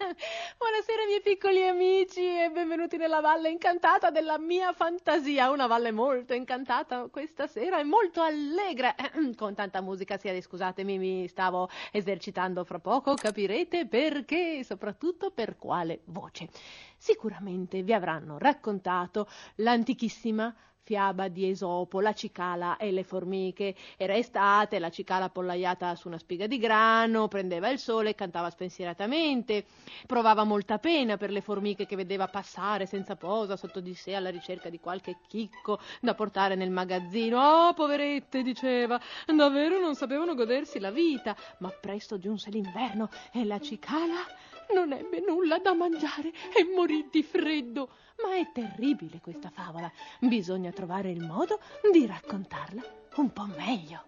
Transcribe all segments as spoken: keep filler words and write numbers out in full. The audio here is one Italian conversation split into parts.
Buonasera miei piccoli amici e benvenuti nella valle incantata della mia fantasia, una valle molto incantata questa sera e molto allegra, con tanta musica, sia scusatemi, mi stavo esercitando, fra poco capirete perché e soprattutto per quale voce. Sicuramente vi avranno raccontato l'antichissima fiaba di Esopo, la cicala e le formiche. Era estate, la cicala appollaiata su una spiga di grano, prendeva il sole e cantava spensieratamente. Provava molta pena per le formiche che vedeva passare senza posa sotto di sé alla ricerca di qualche chicco da portare nel magazzino. Oh, poverette, diceva, davvero non sapevano godersi la vita. Ma presto giunse l'inverno e la cicala non ebbe nulla da mangiare e morì di freddo. Ma è terribile questa favola. Bisogna trovare il modo di raccontarla un po' meglio.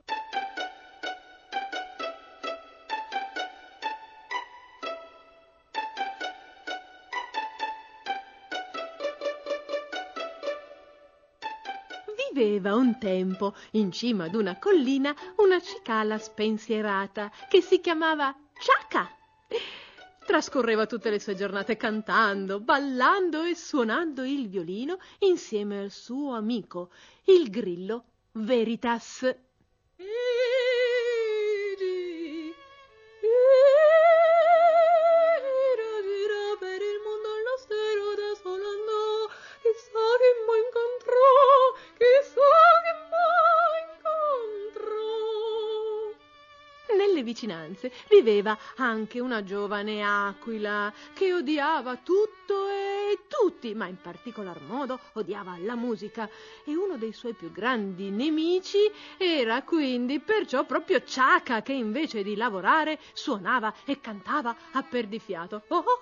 Viveva un tempo, in cima ad una collina, una cicala spensierata che si chiamava Ciaca. Trascorreva tutte le sue giornate cantando, ballando e suonando il violino insieme al suo amico, il grillo Veritas. Per il mondo allo stero da solo andò, chissà che mai incontrò, chissà che mai incontrò. Nelle vicinanze viveva anche una giovane aquila che odiava tutto e tutti, ma in particolar modo odiava la musica, e uno dei suoi più grandi nemici era quindi perciò proprio Ciaca, che invece di lavorare suonava e cantava a perdifiato. Oh, oh, oh,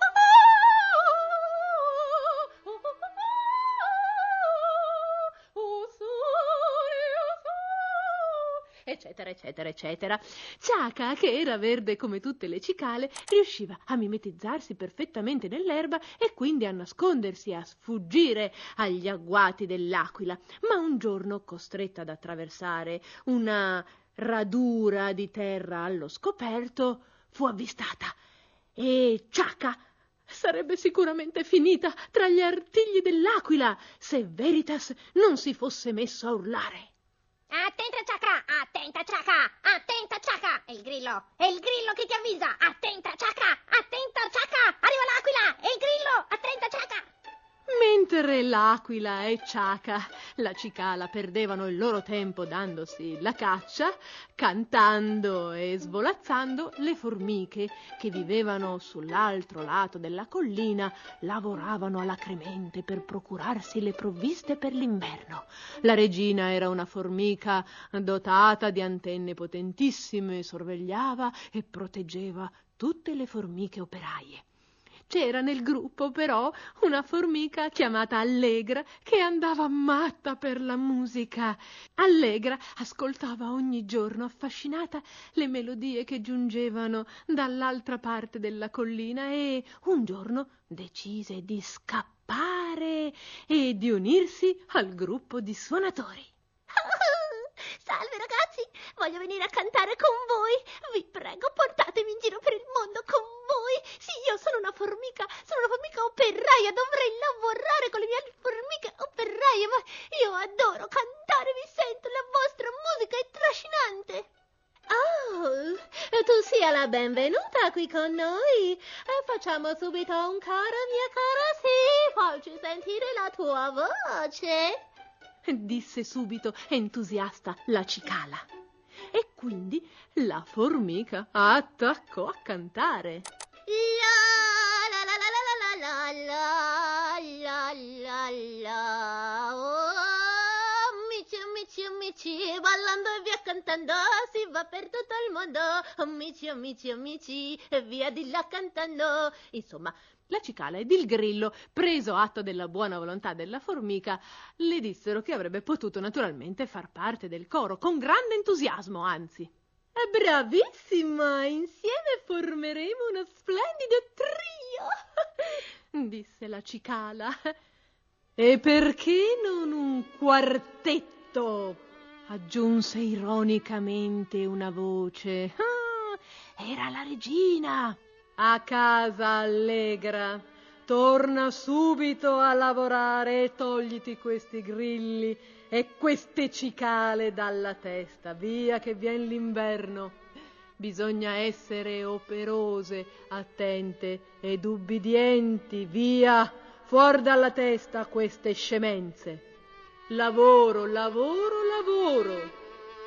eccetera, eccetera, eccetera. Ciaca, che era verde come tutte le cicale, riusciva a mimetizzarsi perfettamente nell'erba e quindi a nascondersi e a sfuggire agli agguati dell'aquila. Ma un giorno, costretta ad attraversare una radura di terra allo scoperto, fu avvistata e Ciaca sarebbe sicuramente finita tra gli artigli dell'aquila se Veritas non si fosse messo a urlare. Attenta Ciaca, attenta Ciaca, attenta Ciaca, è il grillo, è il grillo che ti avvisa, attenta Ciaca, attenta Ciaca, arriva l'aquila, è il grillo, attenta Ciaca. Mentre l'aquila e Ciaca, la cicala, perdevano il loro tempo dandosi la caccia, cantando e svolazzando, le formiche che vivevano sull'altro lato della collina lavoravano alacremente per procurarsi le provviste per l'inverno. La regina era una formica dotata di antenne potentissime, sorvegliava e proteggeva tutte le formiche operaie. C'era nel gruppo però una formica chiamata Allegra che andava matta per la musica. Allegra ascoltava ogni giorno affascinata le melodie che giungevano dall'altra parte della collina e un giorno decise di scappare e di unirsi al gruppo di suonatori. Salve ragazzi, voglio venire a cantare con voi. Vi prego, portatemi in giro per il mondo con voi. Sì, io sono una formica, sono una formica operaia, dovrei lavorare con le mie formiche operaie, ma io adoro cantare, vi sento, la vostra musica è trascinante. Oh, tu sia la benvenuta qui con noi. E facciamo subito un coro, mia cara, sì, facci sentire la tua voce, disse subito entusiasta la cicala. E quindi la formica attaccò a cantare. La la la la la la la la la. Oh, amici, amici, amici, ballando e via cantando si va per tutto il mondo. Amici, amici, amici, e via di là cantando. Insomma, la cicala ed il grillo, preso atto della buona volontà della formica, le dissero che avrebbe potuto naturalmente far parte del coro, con grande entusiasmo, anzi. È bravissima, insieme formeremo uno splendido trio, disse la cicala. E perché non un quartetto? Aggiunse ironicamente una voce. Ah, era la regina. A casa, allegra. Torna subito a lavorare e togliti questi grilli e queste cicale dalla testa. Via che vien l'inverno. Bisogna essere operose, attente ed ubbidienti. Via, fuori dalla testa queste scemenze. Lavoro, lavoro, lavoro.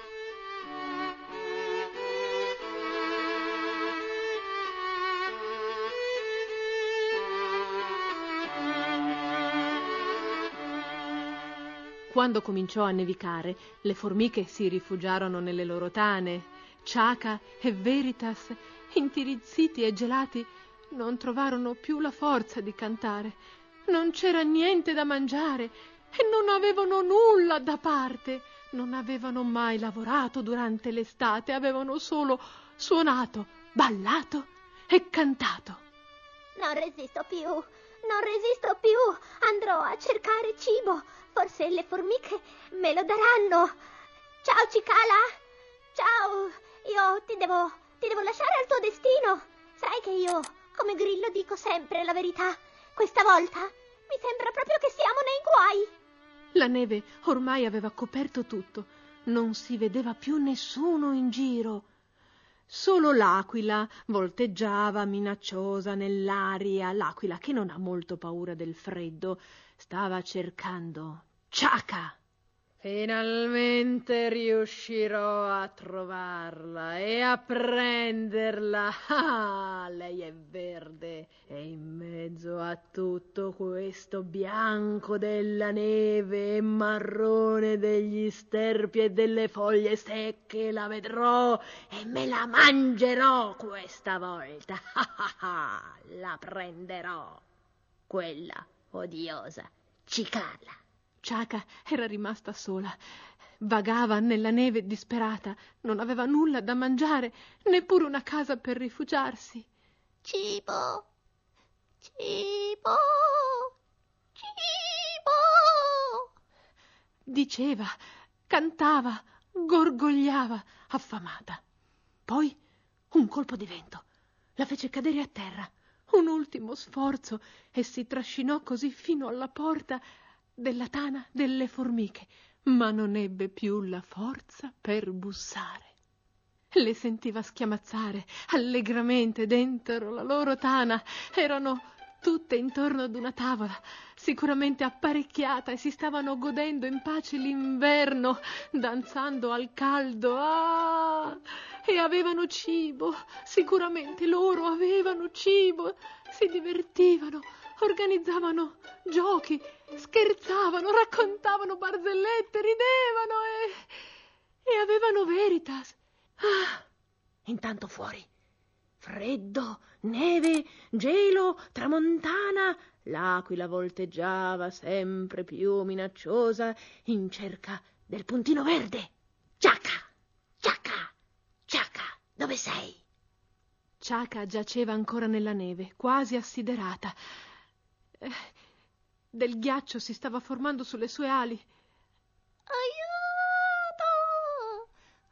Quando cominciò a nevicare, le formiche si rifugiarono nelle loro tane. Ciaca e Veritas, intirizziti e gelati, non trovarono più la forza di cantare. Non c'era niente da mangiare e non avevano nulla da parte. Non avevano mai lavorato durante l'estate, avevano solo suonato, ballato e cantato. Non resisto più, non resisto più. Andrò a cercare cibo. Forse le formiche me lo daranno. Ciao, cicala. Ciao. Io ti devo, ti devo lasciare al tuo destino. Sai che io, come grillo, dico sempre la verità. Questa volta mi sembra proprio che siamo nei guai. La neve ormai aveva coperto tutto. Non si vedeva più nessuno in giro. Solo l'aquila volteggiava minacciosa nell'aria. L'aquila, che non ha molto paura del freddo, stava cercando Ciaca. Finalmente riuscirò a trovarla e a prenderla. Ah, lei è verde e in mezzo a tutto questo bianco della neve e marrone degli sterpi e delle foglie secche la vedrò e me la mangerò questa volta. Ah, ah, la prenderò, quella odiosa cicala. Ciaca era rimasta sola. Vagava nella neve disperata. Non aveva nulla da mangiare, neppure una casa per rifugiarsi. Cibo, cibo, cibo. Diceva, cantava, gorgogliava, affamata. Poi un colpo di vento la fece cadere a terra. Un ultimo sforzo e si trascinò così fino alla porta della tana delle formiche, ma non ebbe più la forza per bussare. Le sentiva schiamazzare allegramente dentro la loro tana. Erano tutte intorno ad una tavola, sicuramente apparecchiata, e si stavano godendo in pace l'inverno, danzando al caldo. Ah! E avevano cibo, sicuramente loro avevano cibo, si divertivano, organizzavano giochi, scherzavano, raccontavano barzellette, ridevano e, e avevano Veritas. Ah! Intanto fuori, freddo, neve, gelo, tramontana, l'aquila volteggiava sempre più minacciosa in cerca del puntino verde. Ciaca, Ciaca, Ciaca, dove sei? Ciaca giaceva ancora nella neve, quasi assiderata. Eh, del ghiaccio si stava formando sulle sue ali. Aiuto!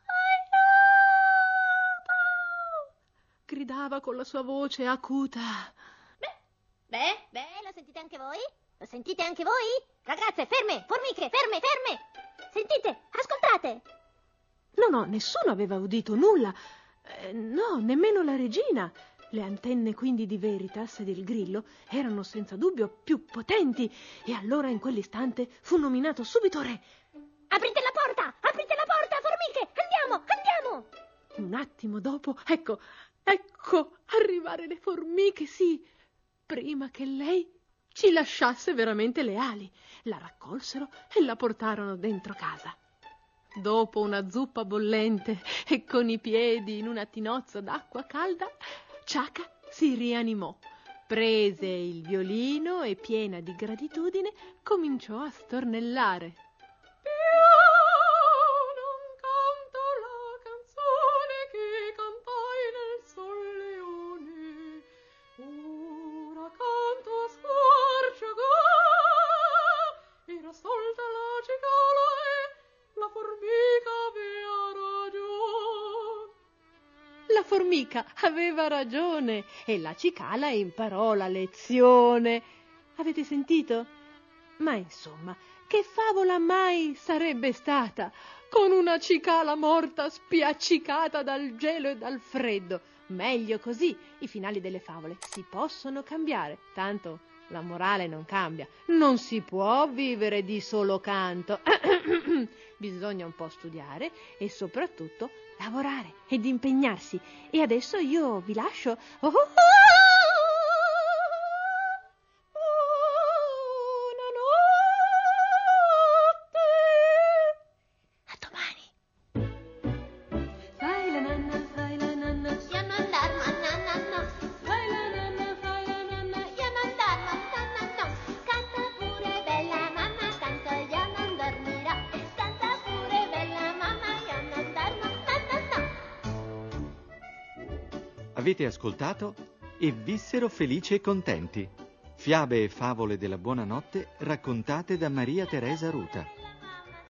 Aiuto! Gridava con la sua voce acuta. Beh, beh, beh, lo sentite anche voi? Lo sentite anche voi? Ragazze, ferme, formiche, ferme, ferme! Sentite, ascoltate! No, no, nessuno aveva udito nulla. Eh, no, nemmeno la regina. Le antenne quindi di Veritas e del grillo erano senza dubbio più potenti e allora in quell'istante fu nominato subito re. Aprite la porta! Aprite la porta, formiche! Andiamo, andiamo! Un attimo dopo, ecco, ecco arrivare le formiche, sì, prima che lei ci lasciasse veramente le ali. La raccolsero e la portarono dentro casa. Dopo una zuppa bollente e con i piedi in una tinozza d'acqua calda, Ciaca si rianimò, prese il violino e, piena di gratitudine, cominciò a stornellare. Io non canto la canzone che cantai nel solleone, ora canto a squarciagò, era stolta la cicala e la formica avea ragione. La formica amica aveva ragione e la cicala imparò la lezione. Avete sentito? Ma insomma, che favola mai sarebbe stata con una cicala morta spiaccicata dal gelo e dal freddo? Meglio così, i finali delle favole si possono cambiare, tanto la morale non cambia, non si può vivere di solo canto. Bisogna un po' studiare e soprattutto lavorare ed impegnarsi. E adesso io vi lascio. Oh, oh, oh! Avete ascoltato E vissero felici e contenti. Fiabe e favole della buonanotte raccontate da Maria Teresa Ruta.